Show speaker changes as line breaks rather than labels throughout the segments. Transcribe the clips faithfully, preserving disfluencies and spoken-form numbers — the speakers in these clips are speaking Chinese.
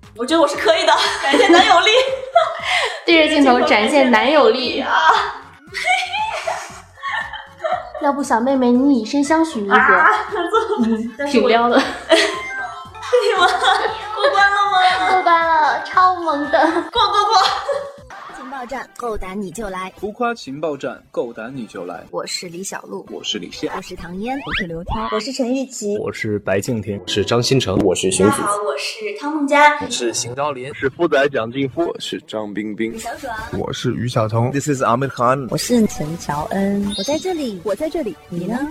我觉得我是可以的，感谢男友力。
对着镜头展现男友力
啊！
要不小妹妹你以身相许如何？
啊、
嗯，挺撩的。
可以吗？过关了吗？
过关了，超萌的。
过过过。
情报站，够胆你就来！
浮夸情报站，够胆你就来！
我是李小璐，
我是李现，
我是唐嫣，
我是刘涛，
我是陈钰琪，
我是白敬亭，
我是张新成，
我是荀子。
大家好，我是汤梦佳，
我是邢昭林，
是富仔蒋劲夫，
我是张冰冰，
小爽，
我是于晓彤
，This is Ahmed Khan，
我是陈乔恩，
我在这里，
我在这里，你呢？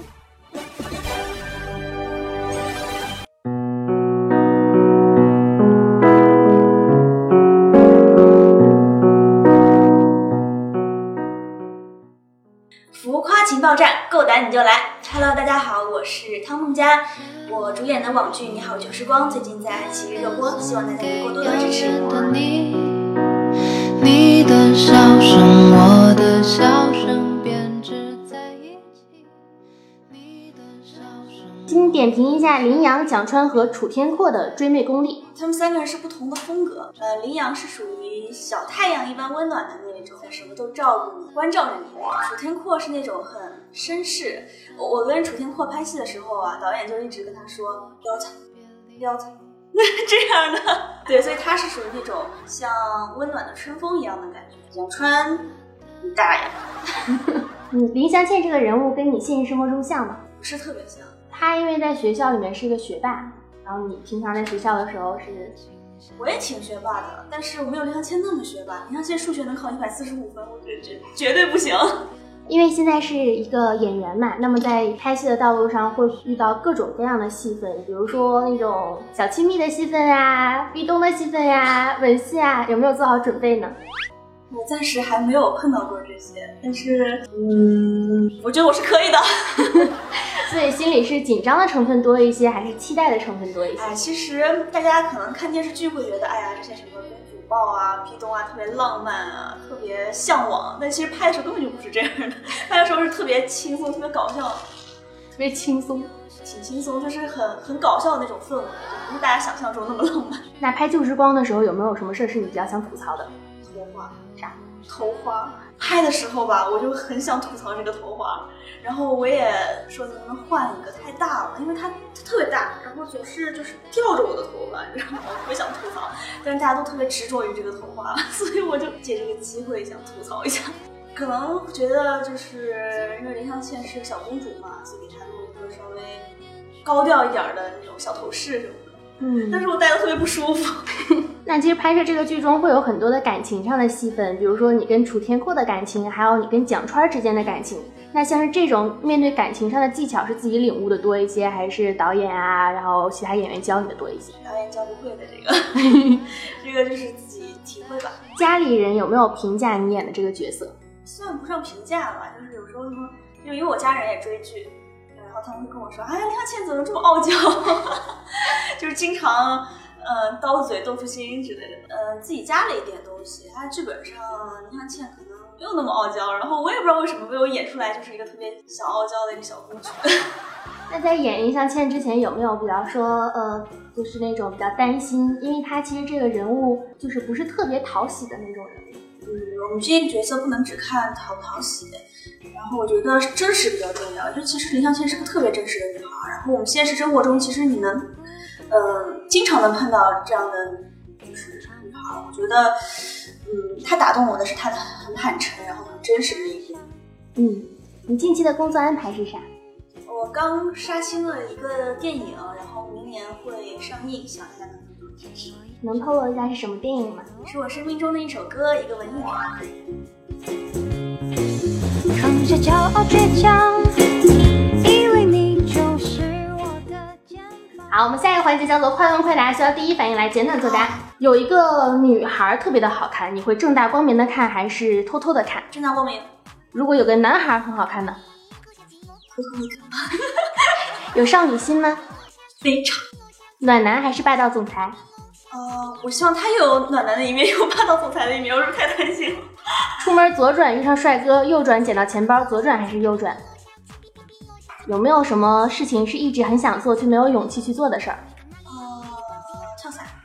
浮夸情报站，够胆你就来。Hello， 大家好，我是汤梦佳，我主演的网剧《你好旧时光》最近在爱奇艺热播，希望大家能够多多支持。
你，你的笑声，我的笑声编织在一起。你的笑声。
请点评一下林阳、蒋川和楚天阔的追妹功力。
他们三个人是不同的风格。呃，林阳是属于小太阳一般温暖的那种，什么都照顾你、关照着你。楚天阔是那种很绅士。我我跟楚天阔拍戏的时候啊，导演就一直跟他说撩他，撩他，这样的。对，所以他是属于那种像温暖的春风一样的感觉。蒋川，你大爷！
嗯，林湘倩这个人物跟你现实生活中像吗？
不是特别像。
他因为在学校里面是一个学霸。然后你平常在学校的时候是，
我也挺学霸的，但是我没有林湘倩那么学霸。林湘倩数学能考一百四十五分，我觉得绝绝对不行。
因为现在是一个演员嘛，那么在拍戏的道路上会遇到各种各样的戏份，比如说那种小亲密的戏份呀、壁咚的戏份呀、吻戏啊，有没有做好准备呢？
我暂时还没有碰到过这些，但是，嗯，我觉得我是可以的。
所以心里是紧张的成分多一些，还是期待的成分多一些？
哎，其实大家可能看电视剧会觉得，哎呀，这些什么公主抱啊、壁咚啊，特别浪漫啊，特别向往。但其实拍的时候根本就不是这样的，拍的时候是特别轻松、特别搞笑，
特别轻松，
挺轻松，就是很很搞笑的那种氛围，不是大家想象中那么浪漫。
那拍旧时光的时候，有没有什么事是你比较想吐槽的？
头花
啥？
头花。拍的时候吧，我就很想吐槽这个头花。然后我也说能不能换一个，太大了，因为它它特别大，然后总是就是吊着我的头发，你知道吗？我特别想吐槽，但是大家都特别执着于这个头发，所以我就借这个机会想吐槽一下。可能觉得就是因为林湘倩是个小公主嘛，所以给她弄一个稍微高调一点的那种小头饰什么的。嗯，但是我戴的特别不舒服。
那其实拍摄这个剧中会有很多的感情上的戏份，比如说你跟楚天阔的感情，还有你跟蒋川之间的感情。那像是这种面对感情上的技巧是自己领悟的多一些，还是导演啊，然后其他演员教你的多一些？
导演教不会的这个，这个就是自己体会吧。
家里人有没有评价你演的这个角色？
算不上评价吧，就是有时候因为因为我家人也追剧。然后他们会跟我说：“哎呀，林湘倩怎么这么傲娇？”就是经常，呃，刀子嘴豆腐心之类的。呃，自己加了一点东西，他剧本上林湘倩可能没有那么傲娇，然后我也不知道为什么被我演出来就是一个特别小傲娇的一个小公主。
那在演林湘倩之前，有没有比方说，呃，就是那种比较担心，因为她其实这个人物就是不是特别讨喜的那种人物。
嗯，我们这个角色不能只看讨不讨喜。然后我觉得真实比较重要，就其实林湘倩是个特别真实的女孩，然后我们现实生活中其实你能，呃，经常能碰到这样的就是女孩，我觉得，嗯，她打动我的是她的很坦诚，然后很真实的一面。
嗯，你近期的工作安排是啥？
我刚杀青了一个电影，然后明年会上映，希望大家能多多支持。
能透露一下是什么电影吗？
是我生命中的一首歌，一个文艺片。
放下骄傲倔强，因为你就是我的肩膀。
好，我们下一个环节叫做快问快答，需要第一反应来简短作答。有一个女孩特别的好看，你会正大光明的看还是偷偷的看？
正大光明。
如果有个男孩很好看呢？
偷偷的看。
有少女心吗？
非常。
暖男还是霸道总裁？
呃，我希望他有暖男的一面，有霸道总裁的一面，我是不是太担心了？
出门左转遇上帅哥，右转捡到钱包，左转还是右转？有没有什么事情是一直很想做却没有勇气去做的事儿？
呃，跳伞。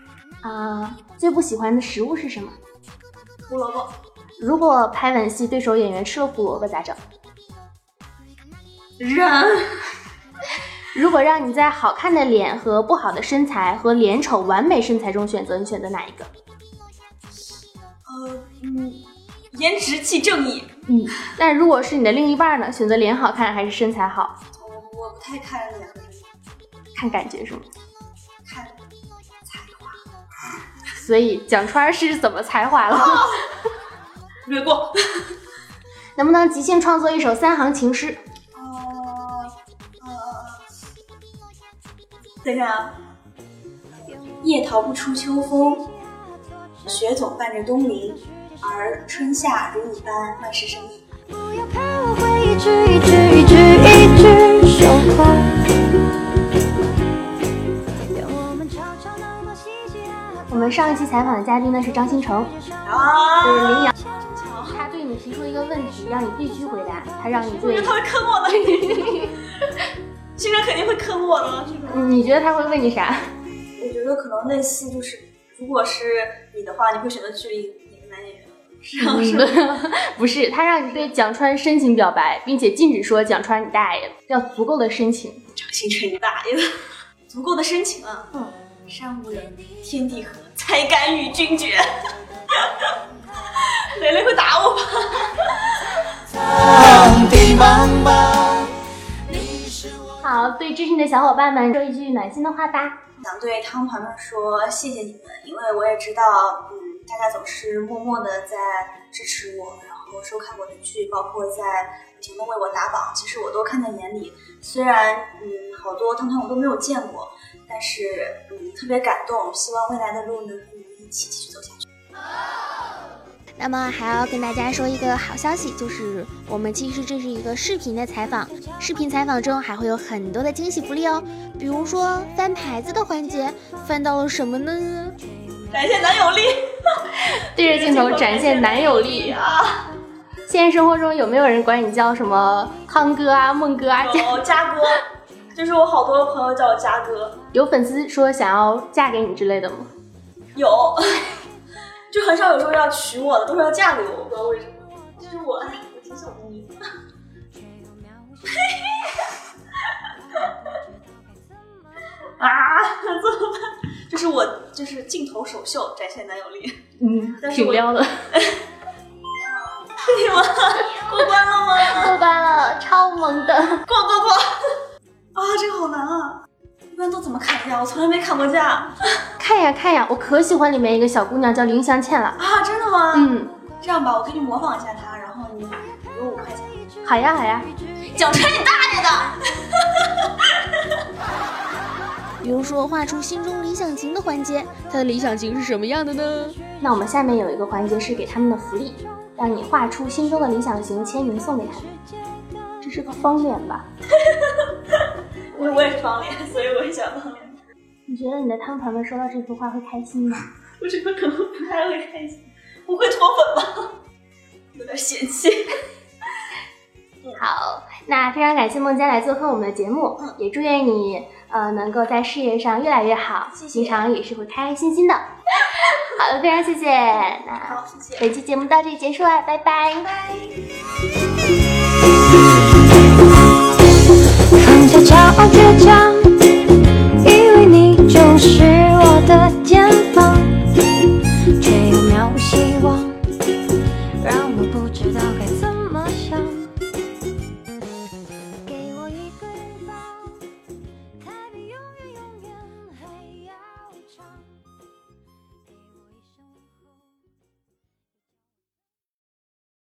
啊、最不喜欢的食物是什么？
胡萝卜。
如果拍吻戏对手演员吃了胡萝卜咋整？
扔。
如果让你在好看的脸和不好的身材和脸丑完美身材中选择，你选择哪一个？
呃，嗯，颜值即正义。
嗯，那如果是你的另一半呢？选择脸好看还是身材好？
我我不太看脸和身材，
看感觉是吗？
看才华。
所以蒋川是怎么才华了？
哦、略过。
能不能即兴创作一首三行情诗？
等一下啊！夜逃不出秋风，雪总伴着冬林，而春夏如你般万事生意。
不要看我会一句一句一句一句说话。
我们上一期采访的嘉宾呢是张新成，
啊，
就是羚羊，他对你提出一个问题，让你必须回答，他让你对，
我觉得他会坑我的。新人肯定会坑我的。
你觉得他会问你啥？
我觉得可能类似，就是如果是你的话，你会选择距离哪个男演员？是吗？是吗？
不是，他让你对蒋川深情表白，并且禁止说蒋川你大爷，要足够的深情。
张新成你大爷的，足够的深情啊！嗯，山无人，天地合，才敢与君绝。蕾蕾会打我吧？
好，对支持你的小伙伴们说一句暖心的话吧。
想对汤团们说谢谢你们，因为我也知道，嗯，大家总是默默的在支持我，然后收看我的剧，包括在不停的为我打榜，其实我都看在眼里。虽然嗯好多汤团我都没有见过，但是嗯特别感动，希望未来的路能跟你们一起继续走下去。
那么还要跟大家说一个好消息，就是我们其实这是一个视频的采访，视频采访中还会有很多的惊喜福利哦，比如说翻牌子的环节，翻到了什么呢？
展现男友力。
对着镜头展现男友力啊！现实生活中有没有人管你叫什么汤哥啊、孟哥啊？
有嘉哥，就是我好多朋友叫我嘉哥。
有粉丝说想要嫁给你之类的吗？
有。就很少有说要娶我的，都是要嫁给我，我不知道为什么。就是我，哎，我挺小公主。啊，怎么办？就是我，就是镜头首秀，展现男友力。
嗯，挺撩的。
哎呀妈，过关了吗？
过关了，超萌的。
过过过。啊，这个好难啊！一般都怎么砍价？我从来没砍过价。
看呀看呀，我可喜欢里面一个小姑娘叫林香倩了
啊！真的吗？
嗯，
这样吧，我给你模仿一下她，然后你给我五块钱。
好呀好呀。
蒋川你大爷的！
比如说画出心中理想型的环节，他的理想型是什么样的呢？
那我们下面有一个环节是给他们的福利，让你画出心中的理想型，签名送给他们。这是个方脸吧？
我我也是方脸，所以我也想方脸。
你觉得你的汤团们收到这幅画会开心吗？
我觉得可能不太会开心，不会脱粉吧？有点嫌弃。
好，那非常感谢孟佳来做客我们的节目，嗯、也祝愿你呃能够在事业上越来越好，
谢谢
平常也是会开开心心的。好的，非常谢谢。那
好，谢谢。
本期节目到这里结束了，拜拜。
拜拜。
放下骄傲倔强，以为你就是我的肩膀，却又渺无希望，让我不知道该怎么